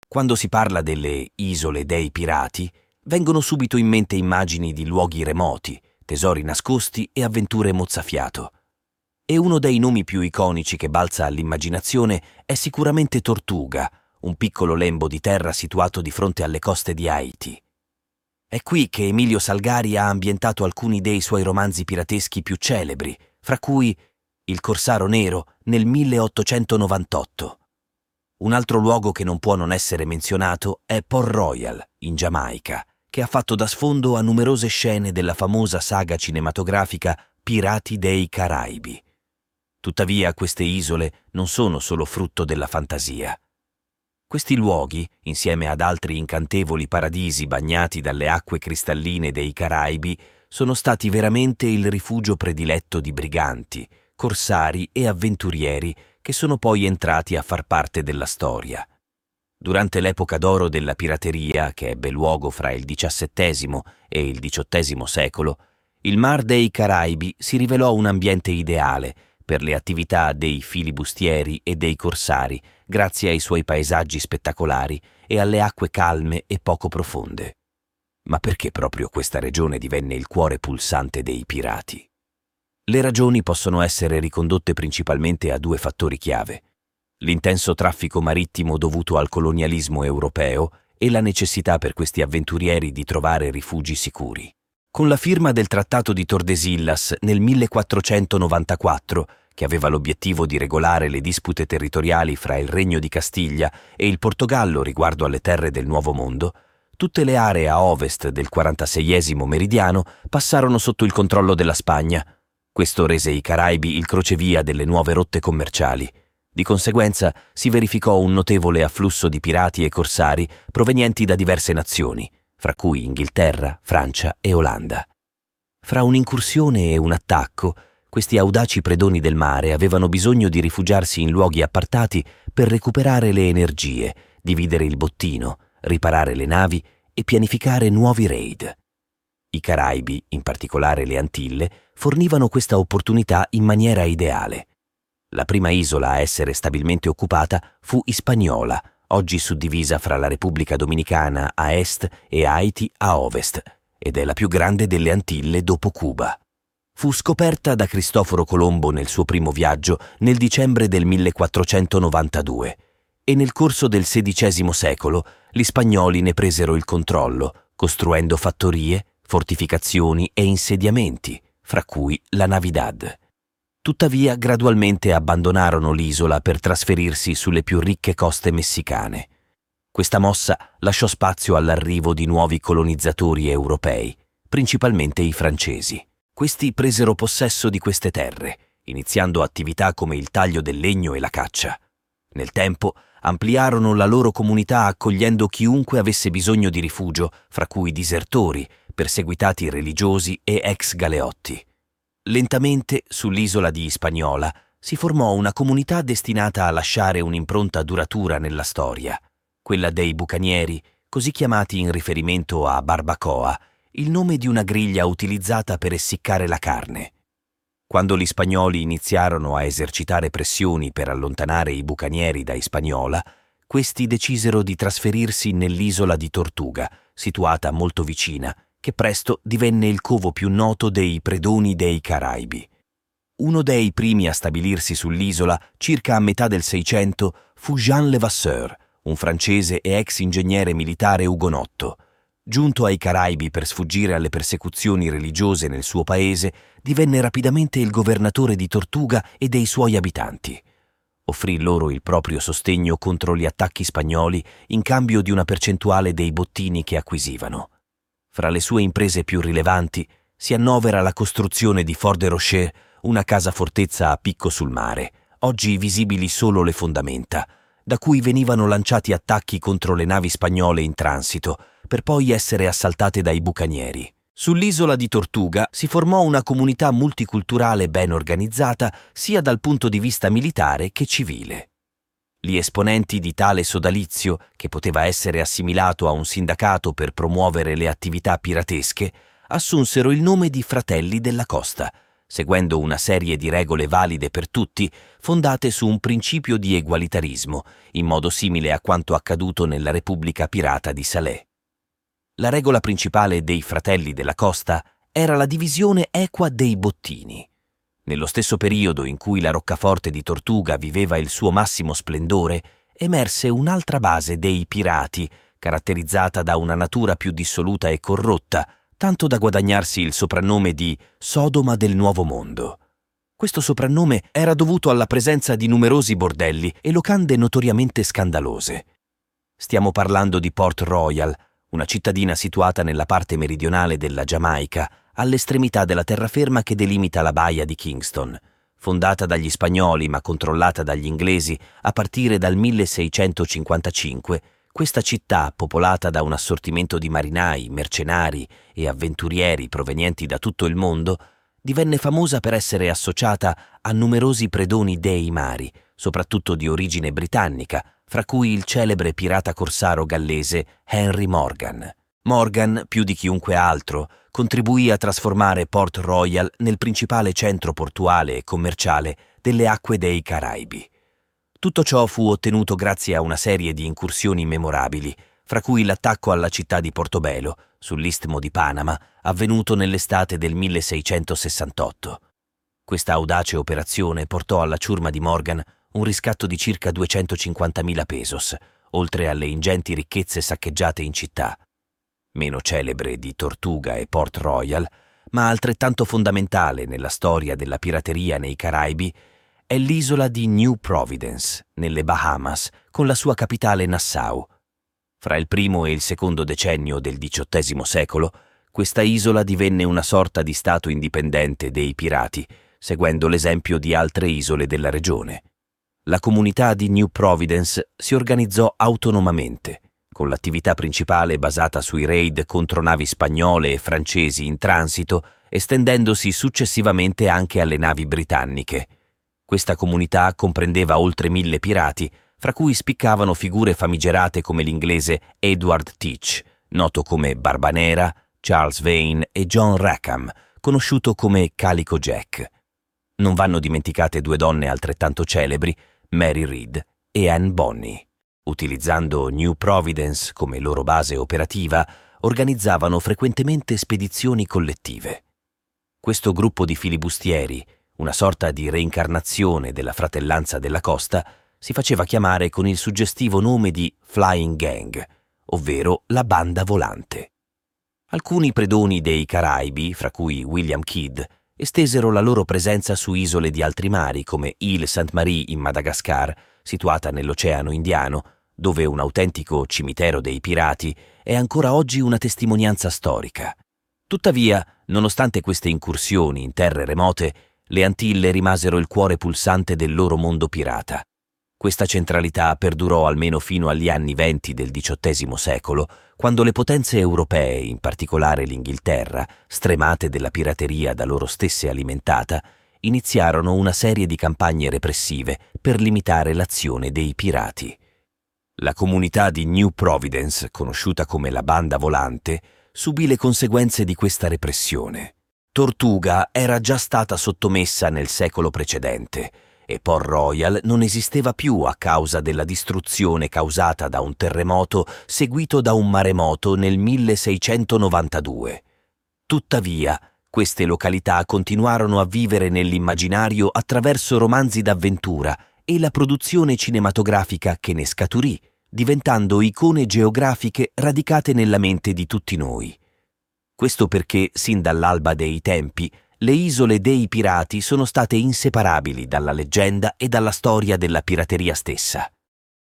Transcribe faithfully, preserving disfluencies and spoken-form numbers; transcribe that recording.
Quando si parla delle isole dei pirati, vengono subito in mente immagini di luoghi remoti, tesori nascosti e avventure mozzafiato. E uno dei nomi più iconici che balza all'immaginazione è sicuramente Tortuga, un piccolo lembo di terra situato di fronte alle coste di Haiti. È qui che Emilio Salgari ha ambientato alcuni dei suoi romanzi pirateschi più celebri, fra cui Il Corsaro Nero nel milleottocentonovantotto. Un altro luogo che non può non essere menzionato è Port Royal, in Giamaica, che ha fatto da sfondo a numerose scene della famosa saga cinematografica Pirati dei Caraibi. Tuttavia, queste isole non sono solo frutto della fantasia. Questi luoghi, insieme ad altri incantevoli paradisi bagnati dalle acque cristalline dei Caraibi, sono stati veramente il rifugio prediletto di briganti, corsari e avventurieri che sono poi entrati a far parte della storia. Durante l'epoca d'oro della pirateria, che ebbe luogo fra il diciassettesimo e il diciottesimo secolo, il Mar dei Caraibi si rivelò un ambiente ideale per le attività dei filibustieri e dei corsari, grazie ai suoi paesaggi spettacolari e alle acque calme e poco profonde. Ma perché proprio questa regione divenne il cuore pulsante dei pirati? Le ragioni possono essere ricondotte principalmente a due fattori chiave: l'intenso traffico marittimo dovuto al colonialismo europeo e la necessità per questi avventurieri di trovare rifugi sicuri. Con la firma del Trattato di Tordesillas nel millequattrocentonovantaquattro, che aveva l'obiettivo di regolare le dispute territoriali fra il Regno di Castiglia e il Portogallo riguardo alle terre del Nuovo Mondo, tutte le aree a ovest del quarantaseiesimo meridiano passarono sotto il controllo della Spagna. Questo rese i Caraibi il crocevia delle nuove rotte commerciali. Di conseguenza si verificò un notevole afflusso di pirati e corsari provenienti da diverse nazioni, fra cui Inghilterra, Francia e Olanda. Fra un'incursione e un attacco, questi audaci predoni del mare avevano bisogno di rifugiarsi in luoghi appartati per recuperare le energie, dividere il bottino, riparare le navi e pianificare nuovi raid. I Caraibi, in particolare le Antille, fornivano questa opportunità in maniera ideale. La prima isola a essere stabilmente occupata fu Hispaniola, oggi suddivisa fra la Repubblica Dominicana a est e Haiti a ovest, ed è la più grande delle Antille dopo Cuba. Fu scoperta da Cristoforo Colombo nel suo primo viaggio nel dicembre del millequattrocentonovantadue e nel corso del sedicesimo secolo gli spagnoli ne presero il controllo, costruendo fattorie, fortificazioni e insediamenti, fra cui la Navidad. Tuttavia, gradualmente abbandonarono l'isola per trasferirsi sulle più ricche coste messicane. Questa mossa lasciò spazio all'arrivo di nuovi colonizzatori europei, principalmente i francesi. Questi presero possesso di queste terre, iniziando attività come il taglio del legno e la caccia. Nel tempo ampliarono la loro comunità accogliendo chiunque avesse bisogno di rifugio, fra cui disertori, perseguitati religiosi e ex galeotti. Lentamente, sull'isola di Hispaniola, si formò una comunità destinata a lasciare un'impronta duratura nella storia, quella dei bucanieri, così chiamati in riferimento a barbacoa, il nome di una griglia utilizzata per essiccare la carne. Quando gli spagnoli iniziarono a esercitare pressioni per allontanare i bucanieri da Hispaniola, questi decisero di trasferirsi nell'isola di Tortuga, situata molto vicina, che presto divenne il covo più noto dei predoni dei Caraibi. Uno dei primi a stabilirsi sull'isola, circa a metà del Seicento, fu Jean Levasseur, un francese e ex ingegnere militare ugonotto. Giunto ai Caraibi per sfuggire alle persecuzioni religiose nel suo paese, divenne rapidamente il governatore di Tortuga e dei suoi abitanti. Offrì loro il proprio sostegno contro gli attacchi spagnoli in cambio di una percentuale dei bottini che acquisivano. Fra le sue imprese più rilevanti si annovera la costruzione di Fort de Rocher, una casa fortezza a picco sul mare, oggi visibili solo le fondamenta, da cui venivano lanciati attacchi contro le navi spagnole in transito, per poi essere assaltate dai bucanieri. Sull'isola di Tortuga si formò una comunità multiculturale ben organizzata sia dal punto di vista militare che civile. Gli esponenti di tale sodalizio, che poteva essere assimilato a un sindacato per promuovere le attività piratesche, assunsero il nome di Fratelli della Costa, seguendo una serie di regole valide per tutti, fondate su un principio di egualitarismo, in modo simile a quanto accaduto nella Repubblica Pirata di Salé. La regola principale dei Fratelli della Costa era la divisione equa dei bottini. Nello stesso periodo in cui la roccaforte di Tortuga viveva il suo massimo splendore, emerse un'altra base dei pirati, caratterizzata da una natura più dissoluta e corrotta, tanto da guadagnarsi il soprannome di Sodoma del Nuovo Mondo. Questo soprannome era dovuto alla presenza di numerosi bordelli e locande notoriamente scandalose. Stiamo parlando di Port Royal, una cittadina situata nella parte meridionale della Giamaica, all'estremità della terraferma che delimita la baia di Kingston. Fondata dagli spagnoli ma controllata dagli inglesi a partire dal milleseicentocinquantacinque, questa città, popolata da un assortimento di marinai, mercenari e avventurieri provenienti da tutto il mondo, divenne famosa per essere associata a numerosi predoni dei mari, soprattutto di origine britannica, fra cui il celebre pirata corsaro gallese Henry Morgan. Morgan, più di chiunque altro, contribuì a trasformare Port Royal nel principale centro portuale e commerciale delle acque dei Caraibi. Tutto ciò fu ottenuto grazie a una serie di incursioni memorabili, fra cui l'attacco alla città di Portobelo, sull'Istmo di Panama, avvenuto nell'estate del milleseicentosessantotto. Questa audace operazione portò alla ciurma di Morgan un riscatto di circa duecentocinquantamila pesos, oltre alle ingenti ricchezze saccheggiate in città. Meno celebre di Tortuga e Port Royal, ma altrettanto fondamentale nella storia della pirateria nei Caraibi, è l'isola di New Providence, nelle Bahamas, con la sua capitale Nassau. Fra il primo e il secondo decennio del diciottesimo secolo, questa isola divenne una sorta di stato indipendente dei pirati, seguendo l'esempio di altre isole della regione. La comunità di New Providence si organizzò autonomamente, con l'attività principale basata sui raid contro navi spagnole e francesi in transito, estendendosi successivamente anche alle navi britanniche. Questa comunità comprendeva oltre mille pirati, fra cui spiccavano figure famigerate come l'inglese Edward Teach, noto come Barbanera, Charles Vane e John Rackham, conosciuto come Calico Jack. Non vanno dimenticate due donne altrettanto celebri, Mary Read e Anne Bonny. Utilizzando New Providence come loro base operativa, organizzavano frequentemente spedizioni collettive. Questo gruppo di filibustieri, una sorta di reincarnazione della Fratellanza della Costa, si faceva chiamare con il suggestivo nome di Flying Gang, ovvero la banda volante. Alcuni predoni dei Caraibi, fra cui William Kidd, estesero la loro presenza su isole di altri mari come Île Sainte-Marie in Madagascar, situata nell'Oceano Indiano, dove un autentico cimitero dei pirati è ancora oggi una testimonianza storica. Tuttavia, nonostante queste incursioni in terre remote, le Antille rimasero il cuore pulsante del loro mondo pirata. Questa centralità perdurò almeno fino agli anni venti del diciottesimo secolo, quando le potenze europee, in particolare l'Inghilterra, stremate della pirateria da loro stesse alimentata, iniziarono una serie di campagne repressive per limitare l'azione dei pirati. La comunità di New Providence, conosciuta come la Banda Volante, subì le conseguenze di questa repressione. Tortuga era già stata sottomessa nel secolo precedente e Port Royal non esisteva più a causa della distruzione causata da un terremoto seguito da un maremoto nel milleseicentonovantadue. Tuttavia, queste località continuarono a vivere nell'immaginario attraverso romanzi d'avventura e la produzione cinematografica che ne scaturì, diventando icone geografiche radicate nella mente di tutti noi. Questo perché, sin dall'alba dei tempi, le isole dei pirati sono state inseparabili dalla leggenda e dalla storia della pirateria stessa.